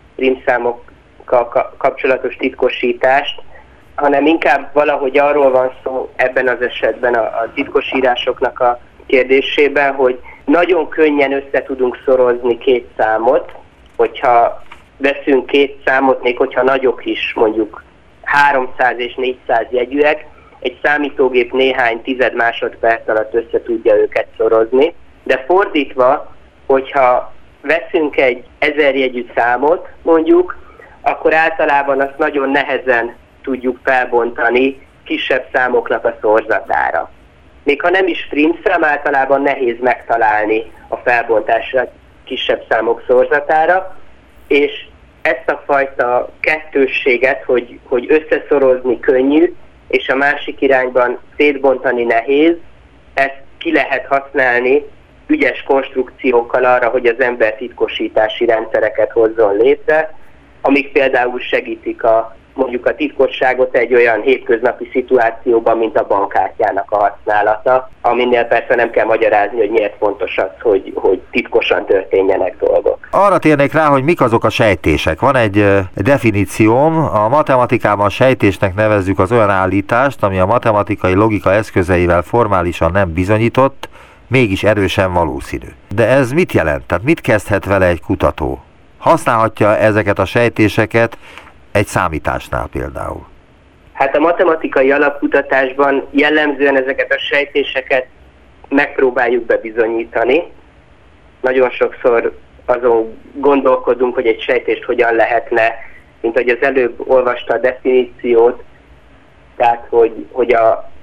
Speaker 4: prímszámokkal kapcsolatos titkosítást, hanem inkább valahogy arról van szó ebben az esetben a titkosírásoknak a kérdésében, hogy nagyon könnyen össze tudunk szorozni két számot, hogyha veszünk két számot, még hogyha nagyok is, mondjuk 300 és 400 jegyűek, egy számítógép néhány tized másodperc alatt össze tudja őket szorozni, de fordítva, hogyha veszünk egy 1000 jegyű számot, mondjuk, akkor általában azt nagyon nehezen tudjuk felbontani kisebb számoknak a szorzatára. Még ha nem is prímszám, általában nehéz megtalálni a felbontásra kisebb számok szorzatára, és ezt a fajta kettősséget, hogy összeszorozni könnyű, és a másik irányban szétbontani nehéz, ezt ki lehet használni ügyes konstrukciókkal arra, hogy az ember titkosítási rendszereket hozzon létre, amik például segítik mondjuk a titkosságot egy olyan hétköznapi szituációban, mint a bankkártyának a használata, aminél persze nem kell magyarázni, hogy miért fontos az, hogy titkosan történjenek dolgok.
Speaker 2: Arra térnék rá, hogy mik azok a sejtések. Van egy definícióm, a matematikában sejtésnek nevezzük az olyan állítást, ami a matematikai logika eszközeivel formálisan nem bizonyított, mégis erősen valószínű. De ez mit jelent? Tehát mit kezdhet vele egy kutató? Használhatja ezeket a sejtéseket egy számításnál például?
Speaker 4: Hát a matematikai alapkutatásban jellemzően ezeket a sejtéseket megpróbáljuk bebizonyítani. Nagyon sokszor azon gondolkodunk, hogy egy sejtést hogyan lehetne, mint hogy az előbb olvasta a definíciót, tehát hogy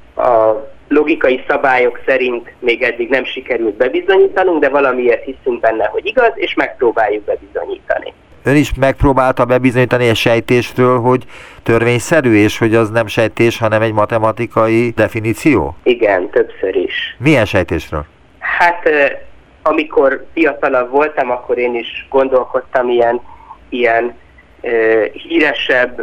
Speaker 4: a logikai szabályok szerint még eddig nem sikerült bebizonyítanunk, de valamiért hiszünk benne, hogy igaz, és megpróbáljuk bebizonyítani.
Speaker 2: Ön is megpróbálta bebizonyítani egy sejtésről, hogy törvényszerű, és hogy az nem sejtés, hanem egy matematikai definíció?
Speaker 4: Igen, többször is.
Speaker 2: Milyen sejtésről?
Speaker 4: Hát, amikor fiatalabb voltam, akkor én is gondolkodtam ilyen híresebb,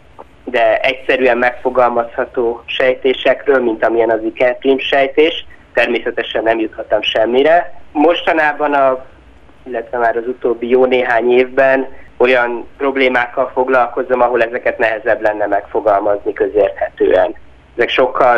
Speaker 4: de egyszerűen megfogalmazható sejtésekről, mint amilyen az Ickel-Prim sejtés. Természetesen nem juthattam semmire. Mostanában illetve már az utóbbi jó néhány évben olyan problémákkal foglalkozom, ahol ezeket nehezebb lenne megfogalmazni közérthetően. Ezek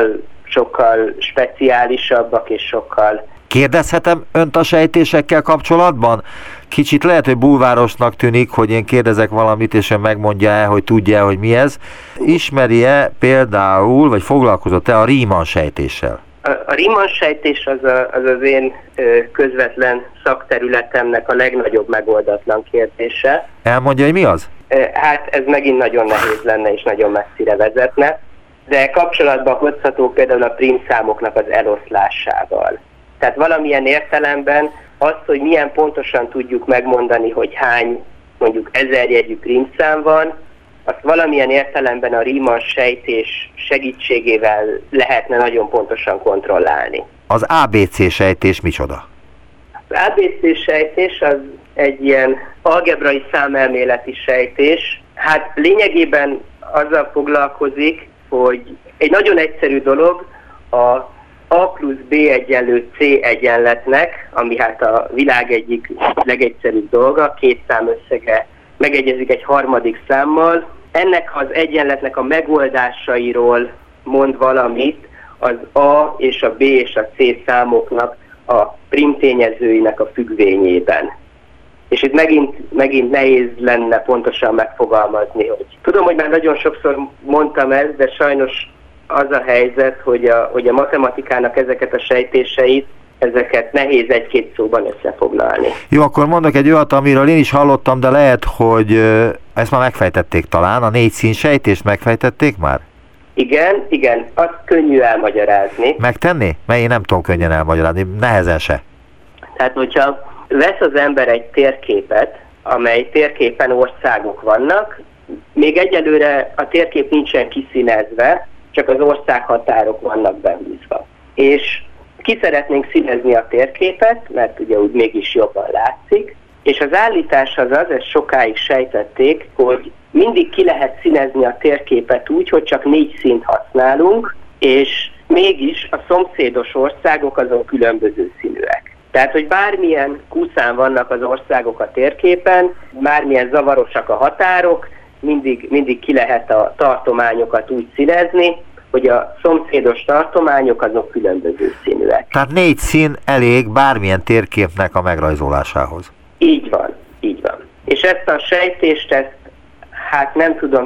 Speaker 4: sokkal speciálisabbak és sokkal...
Speaker 2: Kérdezhetem önt a sejtésekkel kapcsolatban? Kicsit lehet, hogy bulvárosnak tűnik, hogy én kérdezek valamit, és ön megmondja-e, hogy tudja-e, hogy mi ez. Ismeri-e például, vagy foglalkozott-e a Riemann sejtéssel?
Speaker 4: A Riemann-sejtés az én közvetlen szakterületemnek a legnagyobb megoldatlan kérdése.
Speaker 2: Elmondja, hogy mi az?
Speaker 4: Hát ez megint nagyon nehéz lenne és nagyon messzire vezetne, de kapcsolatban hozható például a prímszámoknak az eloszlásával. Tehát valamilyen értelemben azt, hogy milyen pontosan tudjuk megmondani, hogy hány mondjuk 1000 jegyű prímszám van, azt valamilyen értelemben a Riemann-sejtés segítségével lehetne nagyon pontosan kontrollálni.
Speaker 2: Az ABC sejtés micsoda?
Speaker 4: Az ABC sejtés az egy ilyen algebrai számelméleti sejtés. Hát lényegében azzal foglalkozik, hogy egy nagyon egyszerű dolog, a A plusz B egyenlő C egyenletnek, ami hát a világ egyik legegyszerűbb dolga, két szám összege megegyezik egy harmadik számmal. Ennek az egyenletnek a megoldásairól mond valamit az A és a B és a C számoknak a primtényezőinek a függvényében. És itt megint nehéz lenne pontosan megfogalmazni, hogy tudom, hogy már nagyon sokszor mondtam ezt, de sajnos az a helyzet, hogy a matematikának ezeket a sejtéseit, ezeket nehéz egy-két szóban összefoglalni.
Speaker 2: Jó, akkor mondok egy olyat, amiről én is hallottam, de lehet, hogy ezt már megfejtették talán. A 4 szín sejtést megfejtették már?
Speaker 4: Igen, azt könnyű elmagyarázni.
Speaker 2: Megtenni? Mert én nem tudom könnyen elmagyarázni, nehezen se.
Speaker 4: Tehát, hogyha vesz az ember egy térképet, amely térképen országok vannak, még egyelőre a térkép nincsen kiszínezve, csak az országhatárok vannak behúzva. És ki szeretnénk színezni a térképet, mert ugye úgy mégis jobban látszik, és az állítás az, ezt sokáig sejtették, hogy mindig ki lehet színezni a térképet úgy, hogy csak 4 színt használunk, és mégis a szomszédos országok azon különböző színűek. Tehát, hogy bármilyen kúszán vannak az országok a térképen, bármilyen zavarosak a határok, mindig ki lehet a tartományokat úgy színezni, hogy a szomszédos tartományok azok különböző színűek.
Speaker 2: Tehát 4 szín elég bármilyen térképnek a megrajzolásához.
Speaker 4: Így van. És ezt a sejtést, hát nem tudom,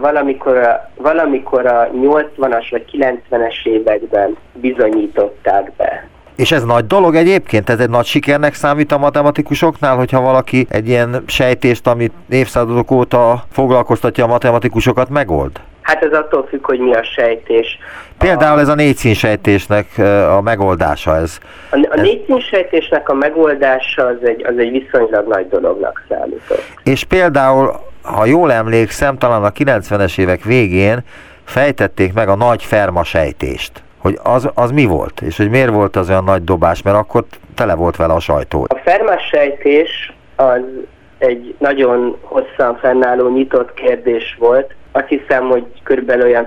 Speaker 4: valamikor a 80-as vagy 90-es években bizonyították be.
Speaker 2: És ez nagy dolog egyébként? Ez egy nagy sikernek számít a matematikusoknál, hogyha valaki egy ilyen sejtést, amit évszázadok óta foglalkoztatja a matematikusokat, megold?
Speaker 4: Hát ez attól függ, hogy mi a sejtés.
Speaker 2: Például ez a 4 szín sejtésnek a megoldása.
Speaker 4: A 4 szín sejtésnek a megoldása az egy viszonylag nagy dolognak számított.
Speaker 2: És például, ha jól emlékszem, talán a 90-es évek végén fejtették meg a nagy Fermat sejtést. Hogy az mi volt, és hogy miért volt az olyan nagy dobás, mert akkor tele volt vele a sajtó.
Speaker 4: A Fermat sejtés az egy nagyon hosszan fennálló nyitott kérdés volt. Azt hiszem, hogy körülbelül olyan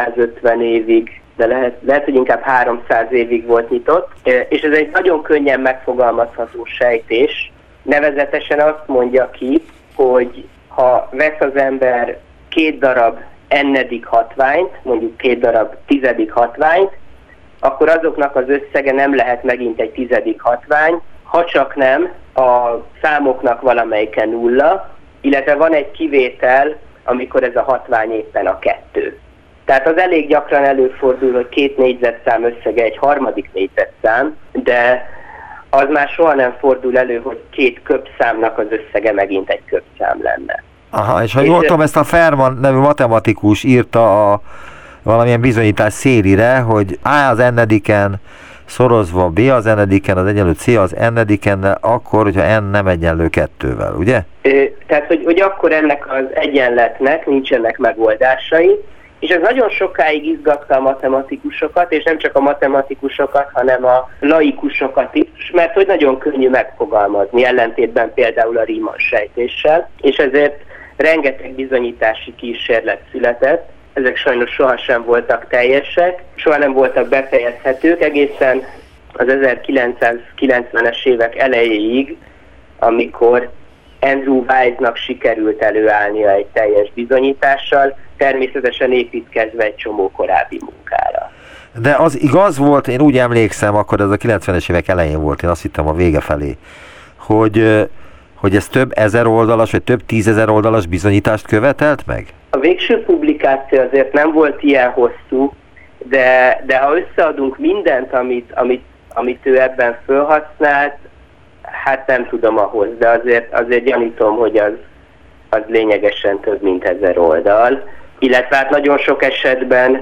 Speaker 4: 250 évig, de lehet, hogy inkább 300 évig volt nyitott, és ez egy nagyon könnyen megfogalmazható sejtés. Nevezetesen azt mondja ki, hogy ha vesz az ember 2 darab n-edik hatványt, mondjuk 2 darab 10. hatványt, akkor azoknak az összege nem lehet megint egy 10. hatvány, ha csak nem a számoknak valamelyike 0, illetve van egy kivétel, amikor ez a hatvány éppen a 2. Tehát az elég gyakran előfordul, hogy 2 négyzetszám összege egy harmadik négyzetszám, de az már soha nem fordul elő, hogy 2 köbszámnak az összege megint egy köbszám lenne.
Speaker 2: Aha, és ha jól tudom, ezt a Fermat nevű matematikus írta valamilyen bizonyítás szélire, hogy A az n-ediken szorozva B az n-ediken az egyenlő C az n-ediken, akkor, hogyha n nem egyenlő 2-vel, ugye?
Speaker 4: Tehát, hogy akkor ennek az egyenletnek nincsenek megoldásai, és ez nagyon sokáig izgatta a matematikusokat, és nem csak a matematikusokat, hanem a laikusokat is, mert hogy nagyon könnyű megfogalmazni, ellentétben például a Riemann-sejtéssel, és ezért rengeteg bizonyítási kísérlet született. Ezek sajnos sohasem voltak teljesek, soha nem voltak befejezhetők, egészen az 1990-es évek elejéig, amikor Andrew Wiesnak sikerült előállnia egy teljes bizonyítással, természetesen építkezve egy csomó korábbi munkára.
Speaker 2: De az igaz volt, én úgy emlékszem, akkor ez a 90-es évek elején volt, én azt hittem a vége felé, hogy ez több ezer oldalas, vagy több 10 000 oldalas bizonyítást követelt meg?
Speaker 4: A végső publikáció azért nem volt ilyen hosszú, de ha összeadunk mindent, amit ő ebben felhasznált, hát nem tudom ahhoz, de azért gyanítom, hogy az lényegesen több mint 1000 oldal, illetve hát nagyon sok esetben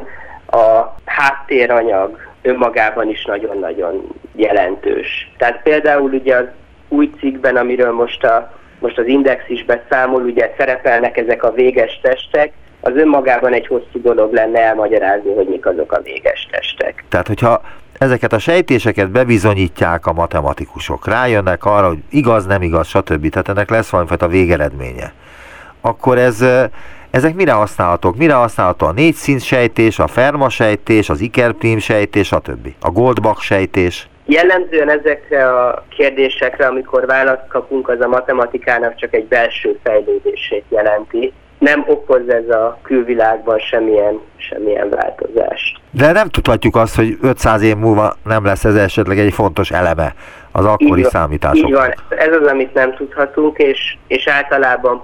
Speaker 4: a háttéranyag önmagában is nagyon-nagyon jelentős. Tehát például ugye az új cikkben, amiről most az Index is beszámol, ugye szerepelnek ezek a véges testek, az önmagában egy hosszú dolog lenne elmagyarázni, hogy mik azok a véges testek.
Speaker 2: Tehát, hogyha ezeket a sejtéseket bebizonyítják a matematikusok, rájönnek arra, hogy igaz, nem igaz, stb. Tehát ennek lesz valamifajta végeredménye, akkor ezek mire használhatók? Mire használható a 4 szint sejtés, a Fermat sejtés, az Iker-Prim sejtés, stb. A Goldbach sejtés?
Speaker 4: Jellemzően ezekre a kérdésekre, amikor választ kapunk, az a matematikának csak egy belső fejlődését jelenti. Nem okoz ez a külvilágban semmilyen változást.
Speaker 2: De nem tudhatjuk azt, hogy 500 év múlva nem lesz ez esetleg egy fontos eleme az akkori számításoknak.
Speaker 4: Így van, ez az, amit nem tudhatunk, és általában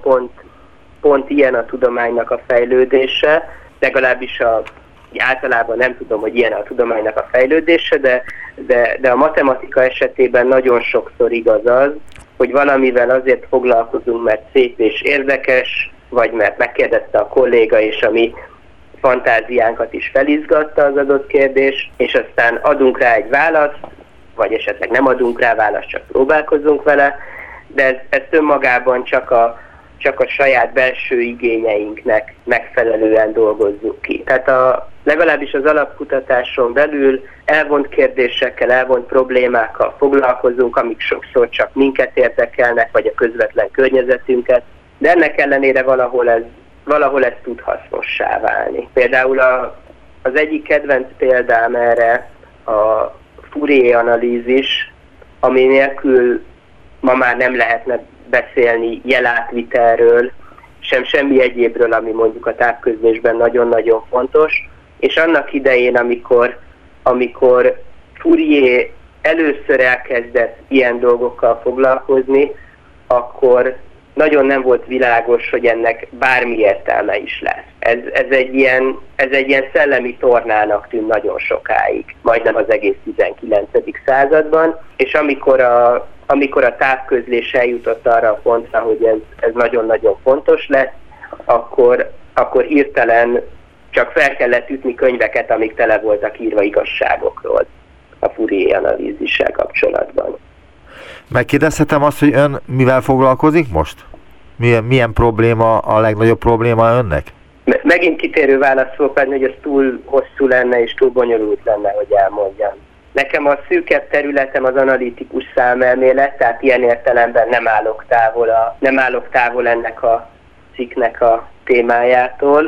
Speaker 4: pont ilyen a tudománynak a fejlődése, legalábbis általában nem tudom, hogy ilyen a tudománynak a fejlődése, de a matematika esetében nagyon sokszor igaz az, hogy valamivel azért foglalkozunk, mert szép és érdekes, vagy mert megkérdezte a kolléga, és a mi fantáziánkat is felizgatta az adott kérdés, és aztán adunk rá egy választ, vagy esetleg nem adunk rá választ, csak próbálkozunk vele, de ezt önmagában csak a saját belső igényeinknek megfelelően dolgozzuk ki. Tehát legalábbis az alapkutatáson belül elvont kérdésekkel, elvont problémákkal foglalkozunk, amik sokszor csak minket érdekelnek, vagy a közvetlen környezetünket, de ennek ellenére valahol ez tud hasznossá válni. Például az egyik kedvenc példám erre a Fourier-analízis, ami nélkül ma már nem lehetne beszélni jelátvitelről, semmi egyébről, ami mondjuk a távközlésben nagyon-nagyon fontos. És annak idején, amikor Fourier először elkezdett ilyen dolgokkal foglalkozni, akkor nagyon nem volt világos, hogy ennek bármi értelme is lesz. Ez egy ilyen szellemi tornának tűnt nagyon sokáig, majdnem az egész 19. században, és amikor a távközlés eljutott arra a pontra, hogy ez nagyon-nagyon fontos lesz, akkor hirtelen csak fel kellett ütni könyveket, amik tele voltak írva igazságokról a Fourier-analízissel kapcsolatban.
Speaker 2: Megkérdezhetem azt, hogy ön mivel foglalkozik most? Milyen probléma a legnagyobb probléma önnek?
Speaker 4: Megint kitérő válasz fogok adni, hogy ez túl hosszú lenne és túl bonyolult lenne, hogy elmondjam. Nekem a szűkebb területem az analitikus számelmélet, tehát ilyen értelemben nem állok távol ennek a cikknek a témájától,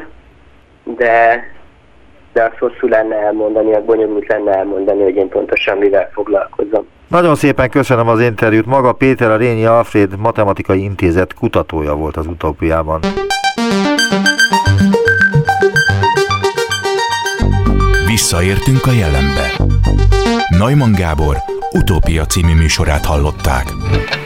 Speaker 4: de az hosszú lenne elmondani, az bonyolult lenne elmondani, hogy én pontosan mivel foglalkozom.
Speaker 2: Nagyon szépen köszönöm az interjút. Maga Péter, a Rényi Alfréd Matematikai Intézet kutatója volt az Utópiában.
Speaker 1: Visszaértünk a jelenbe. Neumann Gábor Utópia című műsorát hallották.